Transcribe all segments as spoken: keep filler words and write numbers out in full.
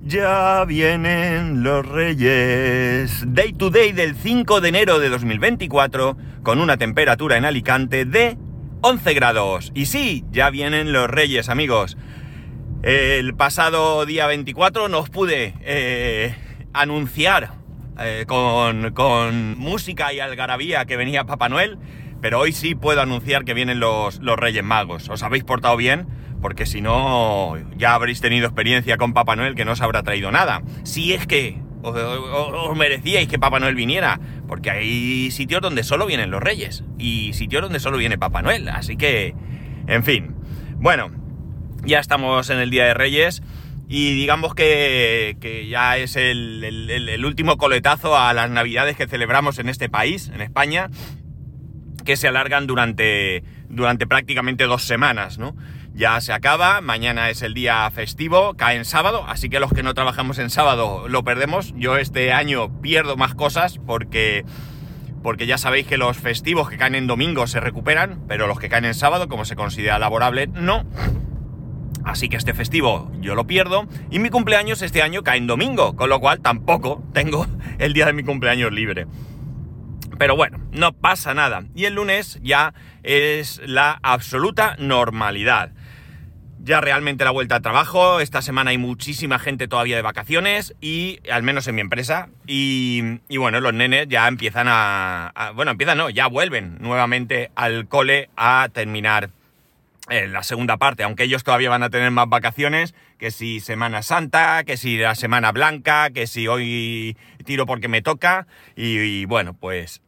Ya vienen los Reyes. Day to day del cinco de enero de dos mil veinticuatro, con una temperatura en Alicante de once grados. Y sí, ya vienen los Reyes, amigos. El pasado día veinticuatro nos pude eh, anunciar eh, con, con música y algarabía que venía Papá Noel, pero hoy sí puedo anunciar que vienen los, los Reyes Magos. ¿Os habéis portado bien? Porque si no, ya habréis tenido experiencia con Papá Noel que no os habrá traído nada. Si es que os, os, os merecíais que Papá Noel viniera, porque hay sitios donde solo vienen los Reyes y sitios donde solo viene Papá Noel. Así que, en fin. Bueno, ya estamos en el Día de Reyes y digamos que, que ya es el, el, el último coletazo a las Navidades que celebramos en este país, en España, que se alargan durante, durante prácticamente dos semanas, ¿no? Ya se acaba, mañana es el día festivo, cae en sábado, así que los que no trabajamos en sábado lo perdemos. Yo este año pierdo más cosas porque, porque ya sabéis que los festivos que caen en domingo se recuperan, pero los que caen en sábado, como se considera laborable, no. Así que este festivo yo lo pierdo y mi cumpleaños este año cae en domingo, con lo cual tampoco tengo el día de mi cumpleaños libre. Pero bueno, no pasa nada. Y el lunes ya es la absoluta normalidad. Ya realmente la vuelta al trabajo. Esta semana hay muchísima gente todavía de vacaciones y, al menos en mi empresa, y, y bueno, los nenes ya empiezan a, a... Bueno, empiezan no, ya vuelven nuevamente al cole a terminar eh, la segunda parte, aunque ellos todavía van a tener más vacaciones, que si Semana Santa, que si la Semana Blanca, que si hoy tiro porque me toca, y, y bueno, pues...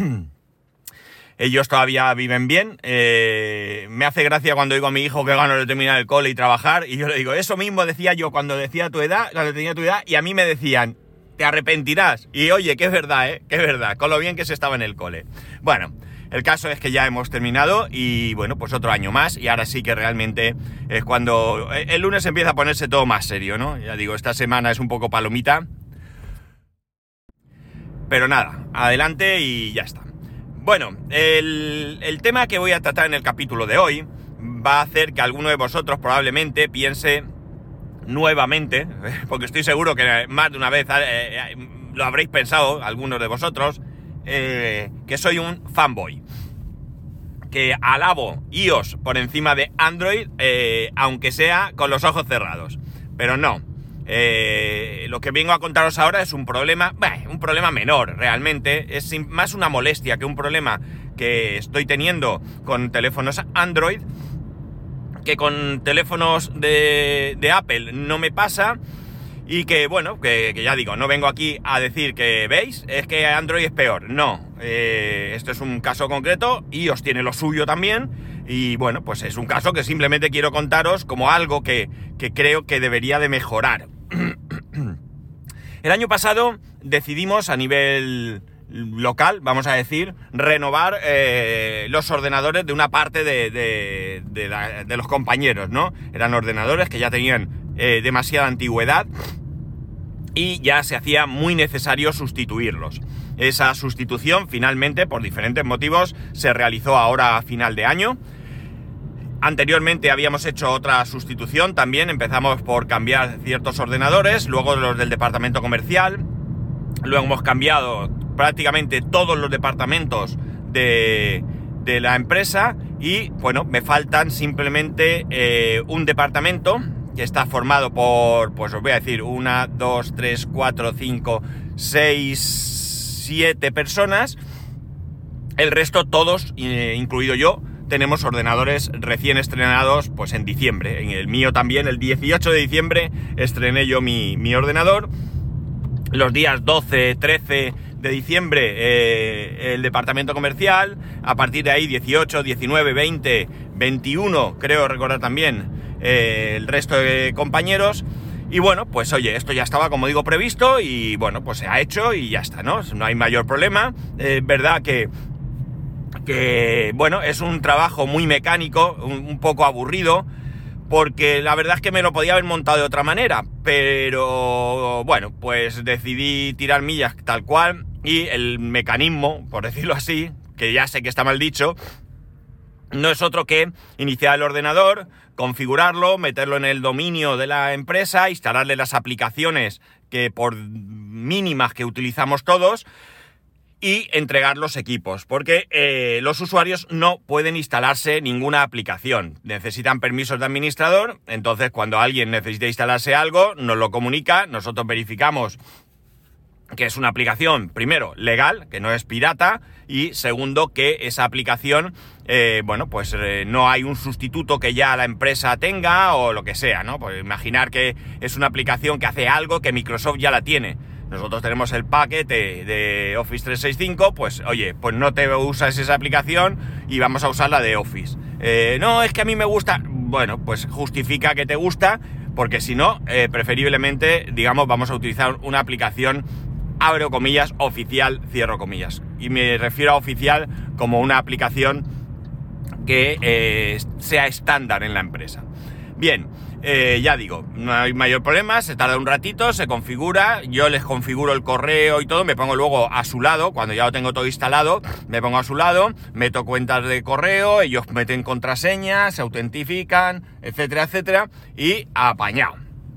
Ellos todavía viven bien. Eh, me hace gracia cuando digo a mi hijo que gano de terminar el cole y trabajar, y yo le digo, eso mismo decía yo cuando decía tu edad, cuando tenía tu edad, y a mí me decían, te arrepentirás. Y oye, que es verdad, ¿eh? Que es verdad, con lo bien que se estaba en el cole. Bueno, el caso es que ya hemos terminado y bueno, pues otro año más, y ahora sí que realmente es cuando el lunes empieza a ponerse todo más serio, ¿no? Ya digo, esta semana es un poco palomita. Pero nada, adelante y ya está. Bueno, el, el tema que voy a tratar en el capítulo de hoy va a hacer que alguno de vosotros probablemente piense nuevamente, porque estoy seguro que más de una vez eh, lo habréis pensado, algunos de vosotros, eh, que soy un fanboy, que alabo iOS por encima de Android, eh, aunque sea con los ojos cerrados. Pero no. Eh, lo que vengo a contaros ahora es un problema, bah, un problema menor realmente, es más una molestia que un problema que estoy teniendo con teléfonos Android, que con teléfonos de, de Apple no me pasa, y que bueno, que, que ya digo, no vengo aquí a decir que veis, es que Android es peor, no, eh, esto es un caso concreto, iOS tiene lo suyo también. Y bueno, pues es un caso que simplemente quiero contaros como algo que, que creo que debería de mejorar. El año pasado decidimos a nivel local, vamos a decir, renovar eh, los ordenadores de una parte de, de, de, la, de los compañeros, ¿no? Eran ordenadores que ya tenían eh, demasiada antigüedad y ya se hacía muy necesario sustituirlos. Esa sustitución finalmente, por diferentes motivos, se realizó ahora a final de año. Anteriormente habíamos hecho otra sustitución también, empezamos por cambiar ciertos ordenadores, luego los del departamento comercial, luego hemos cambiado prácticamente todos los departamentos de, de la empresa y bueno, me faltan simplemente eh, un departamento que está formado por, pues os voy a decir, una, dos, tres, cuatro, cinco, seis, siete personas. El resto, todos, eh, incluido yo, tenemos ordenadores recién estrenados pues en diciembre. En el mío también, el dieciocho de diciembre, estrené yo mi, mi ordenador. Los días doce, trece de diciembre, eh, el departamento comercial. A partir de ahí, dieciocho, diecinueve, veinte, veintiuno, creo recordar también, eh, el resto de compañeros. Y bueno, pues oye, esto ya estaba, como digo, previsto y bueno, pues se ha hecho y ya está, ¿no? No hay mayor problema. Es eh, verdad que que, bueno, es un trabajo muy mecánico, un, un poco aburrido, porque la verdad es que me lo podía haber montado de otra manera, pero bueno, pues decidí tirar millas tal cual, y el mecanismo, por decirlo así, que ya sé que está mal dicho, no es otro que iniciar el ordenador, configurarlo, meterlo en el dominio de la empresa, instalarle las aplicaciones que por mínimas que utilizamos todos y entregar los equipos, porque eh, los usuarios no pueden instalarse ninguna aplicación, necesitan permisos de administrador. Entonces cuando alguien necesite instalarse algo nos lo comunica, nosotros verificamos que es una aplicación, primero, legal, que no es pirata, y segundo, que esa aplicación, eh, bueno, pues eh, no hay un sustituto que ya la empresa tenga o lo que sea, ¿no? Pues imaginar que es una aplicación que hace algo que Microsoft ya la tiene. Nosotros tenemos el paquete de Office trescientos sesenta y cinco, pues oye, pues no te usas esa aplicación y vamos a usar la de Office. Eh, no, es que a mí me gusta. Bueno, pues justifica que te gusta, porque si no, eh, preferiblemente, digamos, vamos a utilizar una aplicación, abro comillas, oficial, cierro comillas. Y me refiero a oficial como una aplicación que eh, sea estándar en la empresa. Bien, eh, ya digo, no hay mayor problema, se tarda un ratito, se configura, yo les configuro el correo y todo, me pongo luego a su lado, cuando ya lo tengo todo instalado, me pongo a su lado, meto cuentas de correo, ellos meten contraseñas, se autentifican, etcétera, etcétera, y apañado.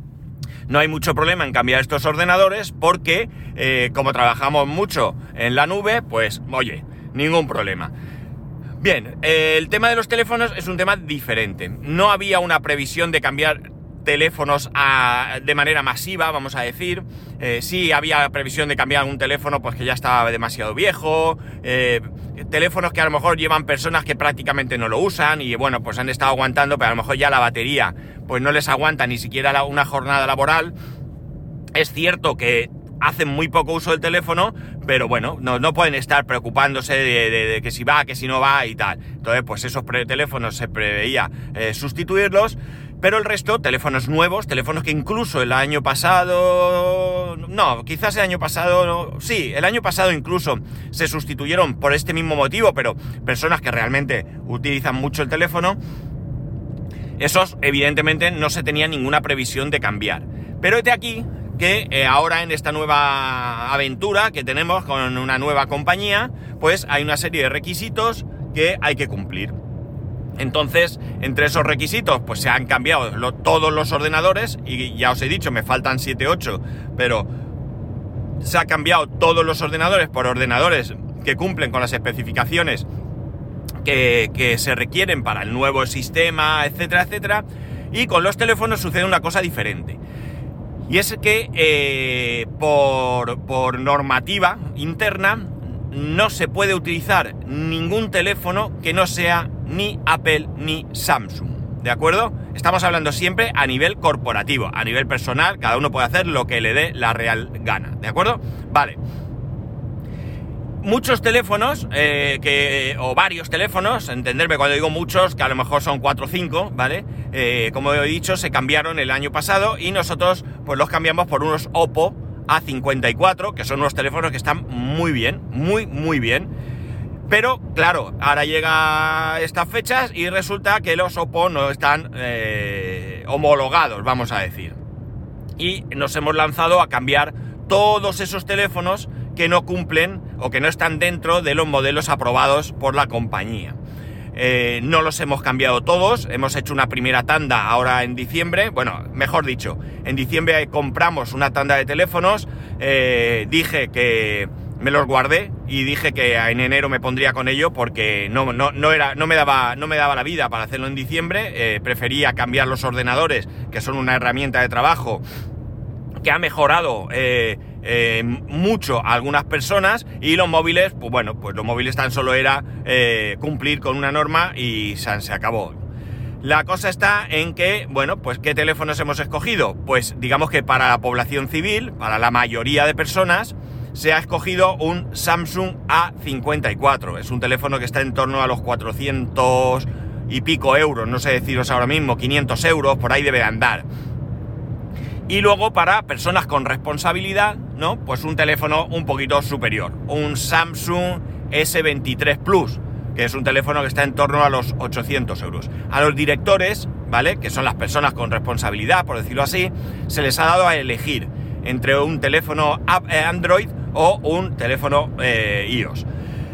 No hay mucho problema en cambiar estos ordenadores porque, eh, como trabajamos mucho en la nube, pues, oye, ningún problema. Bien, eh, el tema de los teléfonos es un tema diferente. No había una previsión de cambiar teléfonos a, de manera masiva, vamos a decir. Eh, sí había previsión de cambiar un teléfono pues que ya estaba demasiado viejo, eh, teléfonos que a lo mejor llevan personas que prácticamente no lo usan y bueno, pues han estado aguantando, pero a lo mejor ya la batería pues no les aguanta ni siquiera la, una jornada laboral. Es cierto que hacen muy poco uso del teléfono, pero bueno, no, no pueden estar preocupándose de, de, de que si va, que si no va y tal. Entonces, pues esos pre- teléfonos se preveía eh, sustituirlos, pero el resto, teléfonos nuevos, teléfonos que incluso el año pasado... No, quizás el año pasado... No, sí, el año pasado incluso se sustituyeron por este mismo motivo, pero personas que realmente utilizan mucho el teléfono, esos evidentemente no se tenía ninguna previsión de cambiar. Pero de aquí que eh, ahora en esta nueva aventura que tenemos con una nueva compañía, pues hay una serie de requisitos que hay que cumplir. Entonces, entre esos requisitos, pues se han cambiado lo, todos los ordenadores, y ya os he dicho, me faltan siete ocho, pero se han cambiado todos los ordenadores por ordenadores que cumplen con las especificaciones que, que se requieren para el nuevo sistema, etcétera, etcétera. Y con los teléfonos sucede una cosa diferente. Y es que eh, por, por normativa interna no se puede utilizar ningún teléfono que no sea ni Apple ni Samsung, ¿de acuerdo? Estamos hablando siempre a nivel corporativo, a nivel personal, cada uno puede hacer lo que le dé la real gana, ¿de acuerdo? Vale. Muchos teléfonos, eh, que, o varios teléfonos, entenderme cuando digo muchos, que a lo mejor son cuatro o cinco, ¿vale? Eh, como he dicho, se cambiaron el año pasado y nosotros pues los cambiamos por unos Oppo A cincuenta y cuatro, que son unos teléfonos que están muy bien, muy, muy bien. Pero, claro, ahora llega estas fechas y resulta que los Oppo no están eh, homologados, vamos a decir. Y nos hemos lanzado a cambiar todos esos teléfonos que no cumplen o que no están dentro de los modelos aprobados por la compañía. Eh, no los hemos cambiado todos, hemos hecho una primera tanda ahora en diciembre, bueno, mejor dicho, en diciembre compramos una tanda de teléfonos, eh, dije que me los guardé y dije que en enero me pondría con ello porque no, no, no, era, no, me, daba, no me daba la vida para hacerlo en diciembre, eh, prefería cambiar los ordenadores, que son una herramienta de trabajo que ha mejorado eh, eh, mucho a algunas personas, y los móviles, pues bueno, pues los móviles tan solo era eh, cumplir con una norma y se, se acabó. La cosa está en que, bueno, pues ¿qué teléfonos hemos escogido? Pues digamos que para la población civil, para la mayoría de personas, se ha escogido un Samsung A cincuenta y cuatro. Es un teléfono que está en torno a los cuatrocientos y pico euros, no sé deciros ahora mismo, quinientos euros, por ahí debe de andar. Y luego para personas con responsabilidad, ¿no? Pues un teléfono un poquito superior, un Samsung ese veintitrés Plus, que es un teléfono que está en torno a los ochocientos euros. A los directores, ¿vale? Que son las personas con responsabilidad, por decirlo así, se les ha dado a elegir entre un teléfono Android o un teléfono eh, iOS.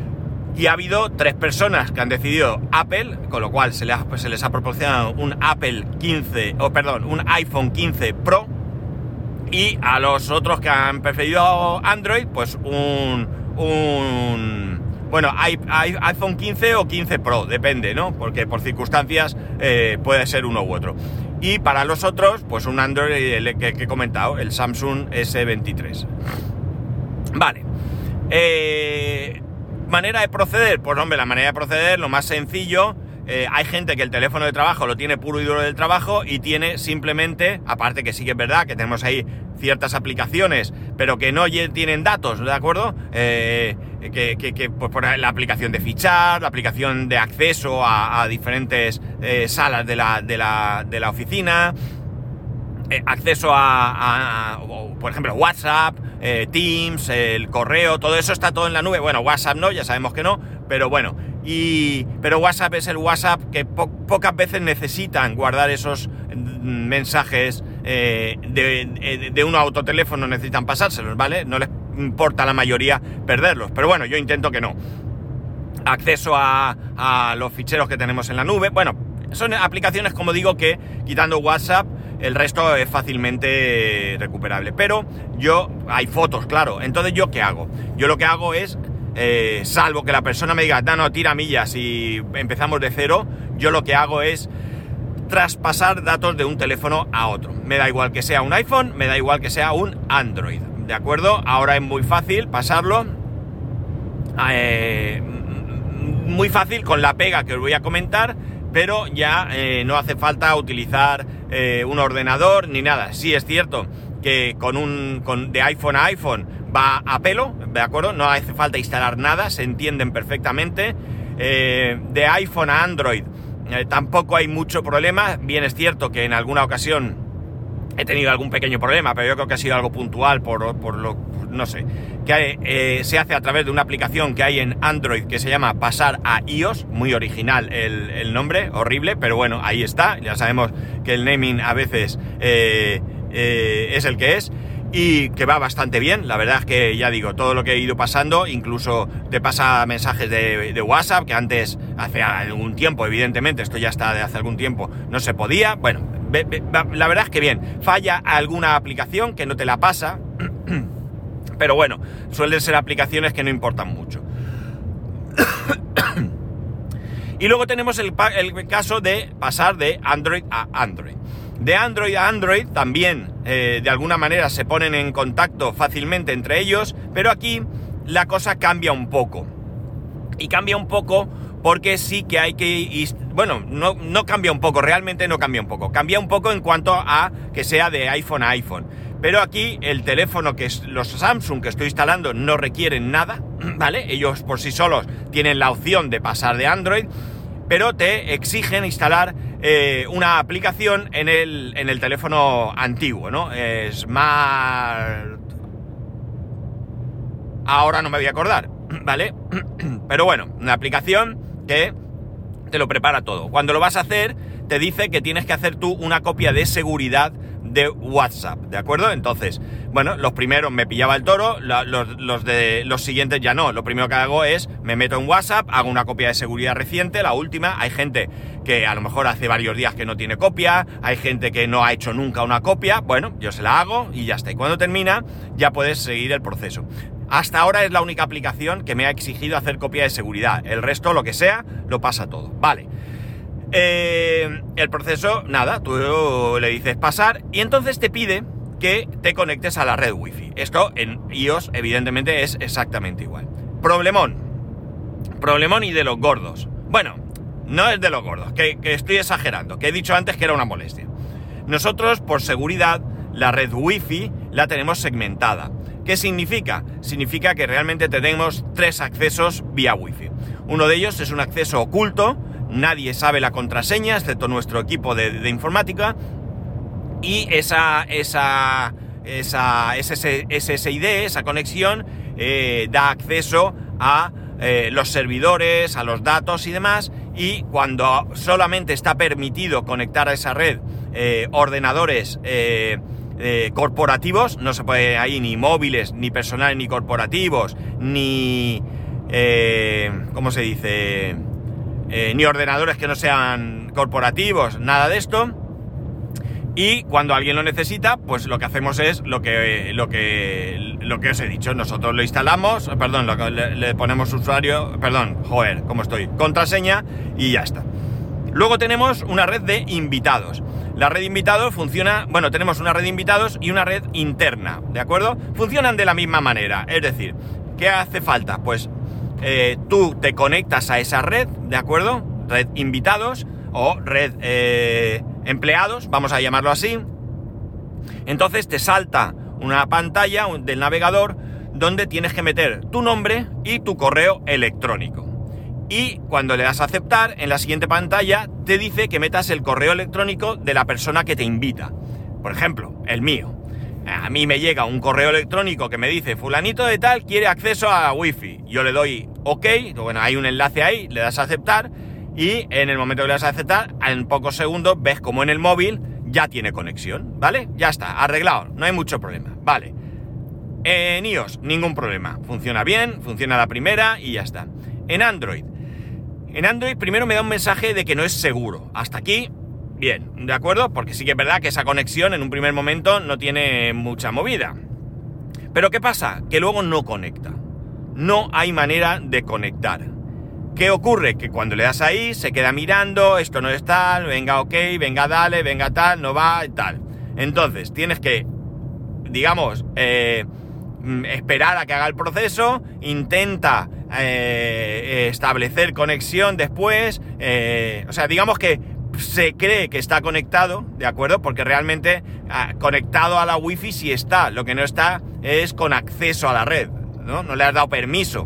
Y ha habido tres personas que han decidido Apple, con lo cual se les ha, pues se les ha proporcionado un Apple quince, o perdón, un iPhone quince Pro, y a los otros que han preferido Android, pues un, un bueno, iPhone quince o quince Pro, depende, ¿no? Porque por circunstancias eh, puede ser uno u otro. Y para los otros, pues un Android el que, que he comentado, el Samsung ese veintitrés. Vale. Eh... ¿Manera de proceder? Pues hombre, la manera de proceder, lo más sencillo, eh, hay gente que el teléfono de trabajo lo tiene puro y duro del trabajo y tiene simplemente, aparte que sí que es verdad que tenemos ahí ciertas aplicaciones, pero que no tienen datos, ¿de acuerdo? Eh, que, que, que pues por la aplicación de fichar, la aplicación de acceso a, a diferentes eh, salas de la, de la, de la oficina, eh, acceso a, a, a, por ejemplo, WhatsApp, eh, Teams, el correo, todo eso está todo en la nube. Bueno, WhatsApp no, ya sabemos que no, pero bueno. Y, pero WhatsApp es el WhatsApp que po pocas veces necesitan guardar esos mensajes eh, de, de, de un autoteléfono, necesitan pasárselos, ¿vale? No les importa a la mayoría perderlos, pero bueno, yo intento que no. Acceso a, a los ficheros que tenemos en la nube, bueno, son aplicaciones, como digo, que quitando WhatsApp, el resto es fácilmente recuperable. Pero yo, hay fotos, claro, entonces ¿yo qué hago? Yo lo que hago es, eh, salvo que la persona me diga, no, no, tira millas y empezamos de cero, yo lo que hago es traspasar datos de un teléfono a otro. Me da igual que sea un iPhone, me da igual que sea un Android, ¿de acuerdo? Ahora es muy fácil pasarlo, eh, muy fácil con la pega que os voy a comentar, pero ya eh, no hace falta utilizar eh, un ordenador ni nada. Sí es cierto que con un con, de iPhone a iPhone va a pelo, ¿de acuerdo? No hace falta instalar nada, se entienden perfectamente. Eh, de iPhone a Android eh, tampoco hay mucho problema. Bien es cierto que en alguna ocasión he tenido algún pequeño problema, pero yo creo que ha sido algo puntual por, por lo, no sé, que eh, se hace a través de una aplicación que hay en Android que se llama Pasar a iOS, muy original el, el nombre, horrible, pero bueno, ahí está, ya sabemos que el naming a veces eh, eh, es el que es, y que va bastante bien. La verdad es que, ya digo, todo lo que he ido pasando, incluso te pasa mensajes de, de WhatsApp, que antes, hace algún tiempo, evidentemente, esto ya está de hace algún tiempo, no se podía, bueno, ve, ve, la verdad es que bien, falla alguna aplicación que no te la pasa, pero bueno, suelen ser aplicaciones que no importan mucho. Y luego tenemos el, el caso de pasar de Android a Android. De Android a Android también eh, de alguna manera se ponen en contacto fácilmente entre ellos, pero aquí la cosa cambia un poco. Y cambia un poco porque sí que hay que... Bueno, no, no cambia un poco, realmente no cambia un poco. Cambia un poco en cuanto a que sea de iPhone a iPhone. Pero aquí el teléfono, que es los Samsung que estoy instalando, no requieren nada, ¿vale? Ellos por sí solos tienen la opción de pasar de Android, pero te exigen instalar eh, una aplicación en el, en el teléfono antiguo, ¿no? Eh, Smart... Ahora no me voy a acordar, ¿vale? Pero bueno, una aplicación que te lo prepara todo. Cuando lo vas a hacer, te dice que tienes que hacer tú una copia de seguridad de WhatsApp, ¿de acuerdo? Entonces, bueno, los primeros me pillaba el toro, la, los, los de los siguientes ya no. Lo primero que hago es, me meto en WhatsApp, hago una copia de seguridad reciente, la última. Hay gente que a lo mejor hace varios días que no tiene copia, hay gente que no ha hecho nunca una copia, bueno, yo se la hago y ya está. Y cuando termina, ya puedes seguir el proceso. Hasta ahora es la única aplicación que me ha exigido hacer copia de seguridad. El resto, lo que sea, lo pasa todo. Vale. Eh, el proceso, nada, tú le dices pasar y entonces te pide que te conectes a la red wifi. Esto en iOS evidentemente es exactamente igual. Problemón. Problemón y de los gordos. Bueno, no es de los gordos, que, que estoy exagerando, que he dicho antes que era una molestia. Nosotros, por seguridad, la red wifi la tenemos segmentada. ¿Qué significa? Significa que realmente tenemos tres accesos vía wifi. Uno de ellos es un acceso oculto, nadie sabe la contraseña, excepto nuestro equipo de, de informática, y esa, esa, esa S S I D, esa conexión, eh, da acceso a eh, los servidores, a los datos y demás, y cuando solamente está permitido conectar a esa red eh, ordenadores eh, eh, corporativos, no se puede ahí ni móviles, ni personales, ni corporativos, ni... eh, ¿cómo se dice? Eh, ni ordenadores que no sean corporativos, nada de esto. Y cuando alguien lo necesita, pues lo que hacemos es lo que, lo que, lo que os he dicho. Nosotros lo instalamos, perdón, lo que le, le ponemos usuario, perdón, joder, ¿cómo estoy? Contraseña y ya está. Luego tenemos una red de invitados. La red de invitados funciona, bueno, tenemos una red de invitados y una red interna, ¿de acuerdo? Funcionan de la misma manera, es decir, ¿qué hace falta? Pues eh, tú te conectas a esa red, ¿de acuerdo? Red invitados o red eh, empleados, vamos a llamarlo así. Entonces te salta una pantalla del navegador donde tienes que meter tu nombre y tu correo electrónico. Y cuando le das a aceptar, en la siguiente pantalla te dice que metas el correo electrónico de la persona que te invita. Por ejemplo, el mío. A mí me llega un correo electrónico que me dice fulanito de tal quiere acceso a Wi-Fi. Yo le doy OK, bueno, hay un enlace ahí, le das a aceptar y en el momento que le das a aceptar, en pocos segundos ves como en el móvil ya tiene conexión, ¿vale? Ya está, arreglado, no hay mucho problema, ¿vale? En iOS, ningún problema. Funciona bien, funciona la primera y ya está. En Android. En Android primero me da un mensaje de que no es seguro. Hasta aquí, bien, ¿de acuerdo? Porque sí que es verdad que esa conexión en un primer momento no tiene mucha movida. Pero ¿qué pasa? Que luego no conecta. No hay manera de conectar. ¿Qué ocurre? Que cuando le das ahí se queda mirando, esto no es tal, venga ok, venga dale, venga tal, no va y tal. Entonces tienes que, digamos, eh, esperar a que haga el proceso, intenta eh, establecer conexión después, eh, o sea, digamos que se cree que está conectado, ¿de acuerdo? Porque realmente ah, conectado a la Wi-Fi sí está, lo que no está es con acceso a la red, ¿no? No le has dado permiso.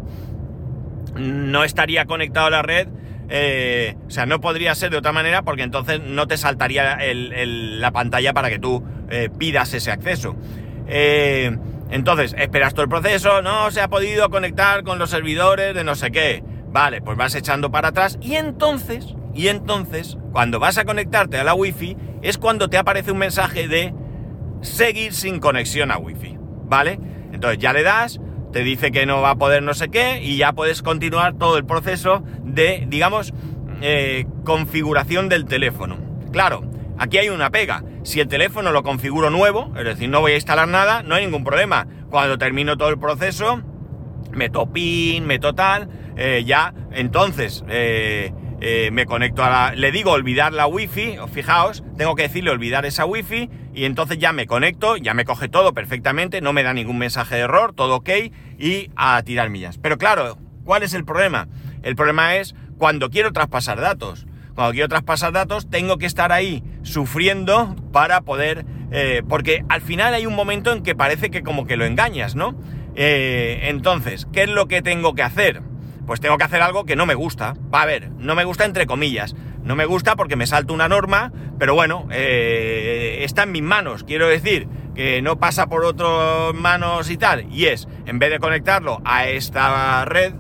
No estaría conectado a la red, eh, o sea, no podría ser de otra manera porque entonces no te saltaría el, el, la pantalla para que tú eh, pidas ese acceso. Eh, entonces, esperas todo el proceso, no se ha podido conectar con los servidores de no sé qué. Vale, pues vas echando para atrás y entonces, y entonces, cuando vas a conectarte a la Wi-Fi, es cuando te aparece un mensaje de seguir sin conexión a Wi-Fi, ¿vale? Entonces ya le das, te dice que no va a poder no sé qué y ya puedes continuar todo el proceso de, digamos, eh, configuración del teléfono. Claro, aquí hay una pega. Si el teléfono lo configuro nuevo, es decir, no voy a instalar nada, no hay ningún problema. Cuando termino todo el proceso, meto PIN, meto tal, eh, ya, entonces eh, eh, me conecto a la... Le digo olvidar la Wi-Fi, fijaos, tengo que decirle olvidar esa Wi-Fi y entonces ya me conecto, ya me coge todo perfectamente, no me da ningún mensaje de error, todo ok y a tirar millas. Pero claro, ¿cuál es el problema? El problema es cuando quiero traspasar datos. Cuando quiero traspasar datos tengo que estar ahí sufriendo para poder... Eh, porque al final hay un momento en que parece que como que lo engañas, ¿no? Eh, entonces, ¿qué es lo que tengo que hacer? Pues tengo que hacer algo que no me gusta. Va a ver, no me gusta entre comillas. No me gusta porque me salto una norma, pero bueno, eh, está en mis manos. Quiero decir que no pasa por otras manos y tal. Y es, en vez de conectarlo a esta red,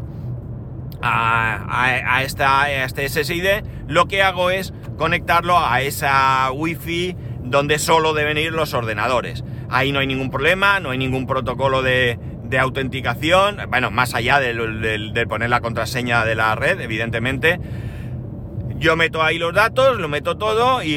a, a, a, esta, a este S S I D, lo que hago es conectarlo a esa Wi-Fi donde solo deben ir los ordenadores. Ahí no hay ningún problema, no hay ningún protocolo de, de autenticación, bueno, más allá de, de, de poner la contraseña de la red, evidentemente. Yo meto ahí los datos, lo meto todo y,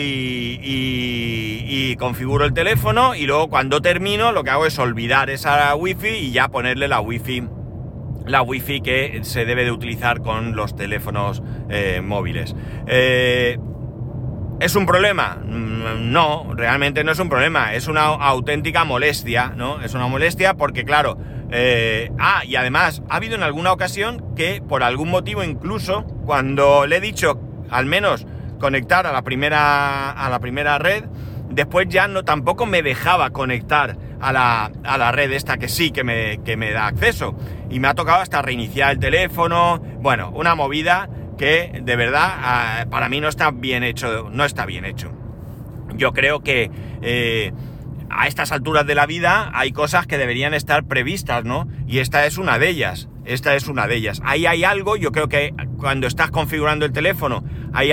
y, y configuro el teléfono y luego cuando termino lo que hago es olvidar esa Wi-Fi y ya ponerle la Wi-Fi, la Wi-Fi que se debe de utilizar con los teléfonos eh, móviles. Eh, ¿Es un problema? No, realmente no es un problema, es una auténtica molestia, ¿no? Es una molestia porque, claro, eh, ah, y además ha habido en alguna ocasión que por algún motivo incluso cuando le he dicho al menos conectar a la primera, a la primera red, después ya no tampoco me dejaba conectar a la, a la red esta que sí que me, que me da acceso y me ha tocado hasta reiniciar el teléfono, bueno, una movida que de verdad para mí no está bien hecho, no está bien hecho. Yo creo que eh, a estas alturas de la vida hay cosas que deberían estar previstas, ¿no? Y esta es una de ellas, esta es una de ellas. Ahí hay algo, yo creo que cuando estás configurando el teléfono hay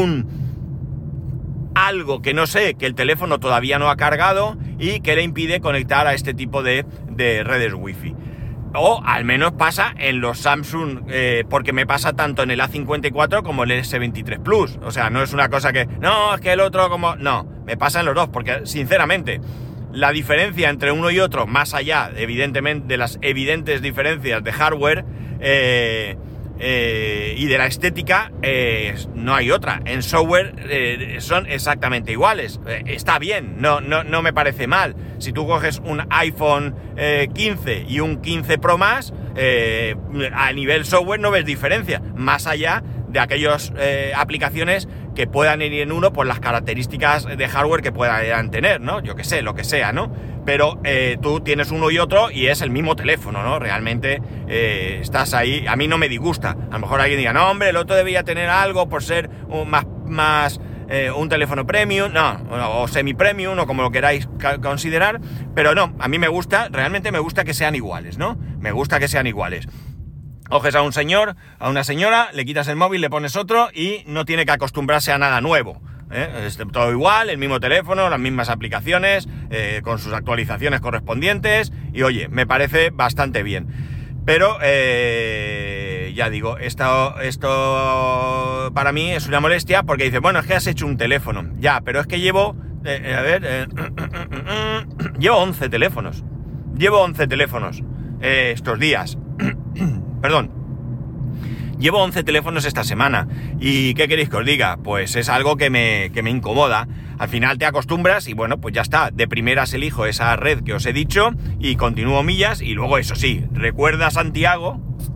algún... algo que no sé, que el teléfono todavía no ha cargado y que le impide conectar a este tipo de, de redes Wi-Fi. O al menos pasa en los Samsung, eh, porque me pasa tanto en el A cincuenta y cuatro como el S veintitrés Plus. O sea, no es una cosa que, no, es que el otro como... No, me pasa en los dos, porque sinceramente, la diferencia entre uno y otro, más allá, evidentemente, de las evidentes diferencias de hardware eh, eh, y de la estética, eh, no hay otra. En software eh, son exactamente iguales. Eh, está bien, no, no, no me parece mal. Si tú coges un iPhone eh, quince y un quince Pro más, eh, a nivel software no ves diferencia, más allá de aquellas eh, aplicaciones que puedan ir en uno por las características de hardware que puedan tener, ¿no? Yo qué sé, lo que sea, ¿no? Pero eh, tú tienes uno y otro y es el mismo teléfono, ¿no? Realmente eh, estás ahí, a mí no me disgusta. A lo mejor alguien diga, no, hombre, el otro debía tener algo por ser un, más... más Eh, un teléfono premium, no, o semi-premium, o como lo queráis considerar, pero no, a mí me gusta, realmente me gusta que sean iguales, ¿no? Me gusta que sean iguales. Coges a un señor, a una señora, le quitas el móvil, le pones otro y no tiene que acostumbrarse a nada nuevo. ¿eh? Es todo igual, el mismo teléfono, las mismas aplicaciones, eh, con sus actualizaciones correspondientes, y oye, me parece bastante bien. Pero, eh, ya digo, esto, esto para mí es una molestia porque dice, bueno, es que has hecho un teléfono. Ya, pero es que llevo, eh, a ver, eh, llevo once teléfonos. Llevo once teléfonos eh, estos días. Perdón. Llevo once teléfonos esta semana. ¿Y qué queréis que os diga? Pues es algo que me, que me incomoda. Al final te acostumbras y bueno, pues ya está. De primeras elijo esa red que os he dicho y continúo millas. Y luego, eso sí, recuerda, Santiago,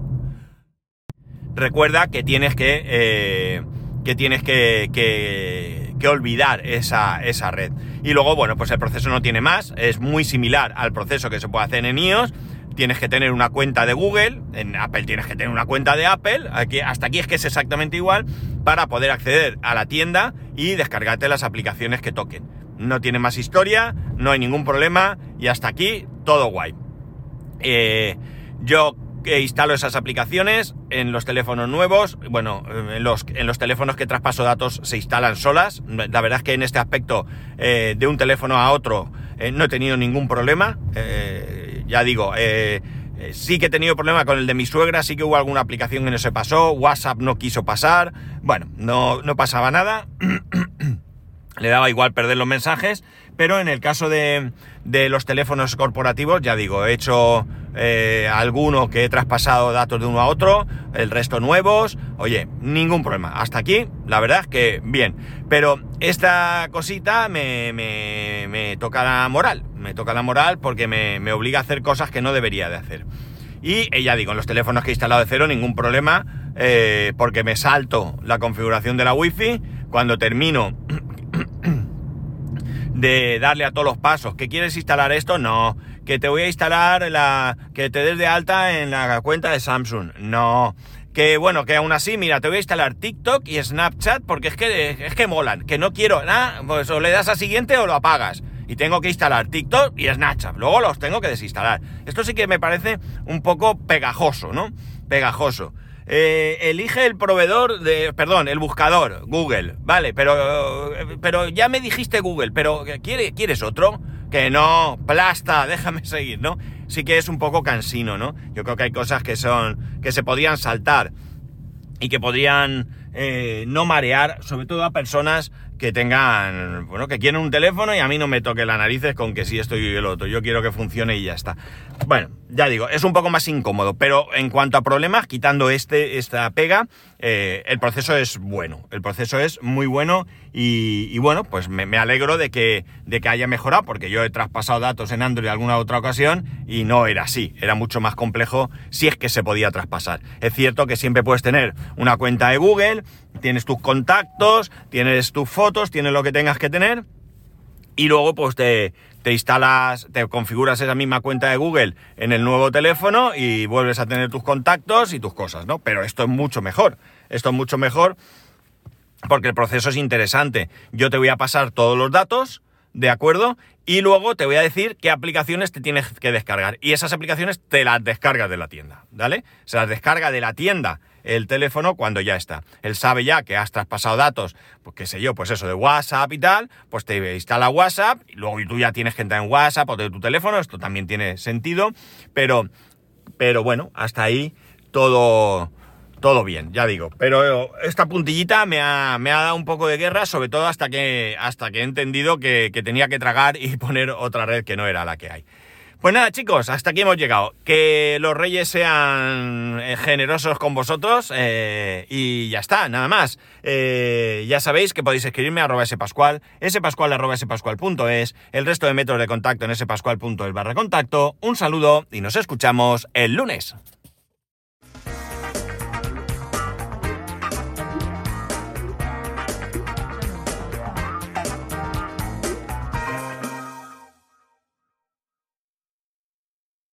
recuerda que tienes que, eh, que tienes que, que, que olvidar esa, esa red. Y luego, bueno, pues el proceso no tiene más. Es muy similar al proceso que se puede hacer en iOS. Tienes que tener una cuenta de Google, en Apple tienes que tener una cuenta de Apple, aquí, hasta aquí es que es exactamente igual, para poder acceder a la tienda y descargarte las aplicaciones que toquen. No tiene más historia, no hay ningún problema y hasta aquí todo guay. Eh, yo instalo esas aplicaciones en los teléfonos nuevos, bueno, en los, en los teléfonos que traspaso datos se instalan solas. La verdad es que en este aspecto, eh, de un teléfono a otro, eh, no he tenido ningún problema. Eh, ya digo, eh, eh, sí que he tenido problema con el de mi suegra, sí que hubo alguna aplicación que no se pasó, WhatsApp no quiso pasar, bueno, no, no pasaba nada. Le daba igual perder los mensajes, pero en el caso de, de los teléfonos corporativos, ya digo, he hecho eh, alguno que he traspasado datos de uno a otro, el resto nuevos, oye, ningún problema. Hasta aquí, la verdad es que bien. Pero esta cosita me, me, me toca la moral, me toca la moral porque me, me obliga a hacer cosas que no debería de hacer. Y eh, ya digo, en los teléfonos que he instalado de cero, ningún problema, eh, porque me salto la configuración de la Wi-Fi, cuando termino de darle a todos los pasos. ¿Que quieres instalar esto? No. ¿Que te voy a instalar la... que te des de alta en la cuenta de Samsung? No. Que bueno, que aún así, mira, te voy a instalar TikTok y Snapchat porque es que, es que molan. Que no quiero nada, pues o le das a siguiente o lo apagas. Y tengo que instalar TikTok y Snapchat. Luego los tengo que desinstalar. Esto sí que me parece un poco pegajoso, ¿no? Pegajoso. Eh, elige el proveedor de... Perdón, el buscador, Google. Vale, pero... Pero ya me dijiste Google, pero ¿quiere, ¿quieres otro? Que no, plasta, déjame seguir, ¿no? Sí que es un poco cansino, ¿no? Yo creo que hay cosas que son... que se podrían saltar y que podrían eh, no marear, sobre todo a personas que tengan... bueno, que quieren un teléfono y a mí no me toque las narices con que sí esto y el otro. Yo quiero que funcione y ya está. Bueno, ya digo, es un poco más incómodo, pero en cuanto a problemas, quitando este, esta pega, eh, el proceso es bueno. El proceso es muy bueno y, y bueno, pues me, me alegro de que, de que haya mejorado, porque yo he traspasado datos en Android en alguna otra ocasión y no era así. Era mucho más complejo si es que se podía traspasar. Es cierto que siempre puedes tener una cuenta de Google, tienes tus contactos, tienes tus fotos, tienes lo que tengas que tener y luego pues te, te instalas, te configuras esa misma cuenta de Google en el nuevo teléfono y vuelves a tener tus contactos y tus cosas, ¿no? Pero esto es mucho mejor, esto es mucho mejor porque el proceso es interesante. Yo te voy a pasar todos los datos, ¿de acuerdo? Y luego te voy a decir qué aplicaciones te tienes que descargar. Y esas aplicaciones te las descargas de la tienda, ¿vale? Se las descarga de la tienda el teléfono cuando ya está. Él sabe ya que has traspasado datos, pues qué sé yo, pues eso de WhatsApp y tal, pues te instala WhatsApp y luego tú ya tienes que entrar en WhatsApp o de tu teléfono, esto también tiene sentido, pero pero bueno, hasta ahí todo, todo bien, ya digo. Pero esta puntillita me ha, me ha dado un poco de guerra, sobre todo hasta que, hasta que he entendido que, que tenía que tragar y poner otra red que no era la que hay. Pues nada, chicos, hasta aquí hemos llegado. Que los reyes sean eh, generosos con vosotros eh, y ya está, nada más. Eh, ya sabéis que podéis escribirme a arroba spascual, spascual arroba spascual punto es, el resto de métodos de contacto en spascual punto es barra contacto. Un saludo y nos escuchamos el lunes.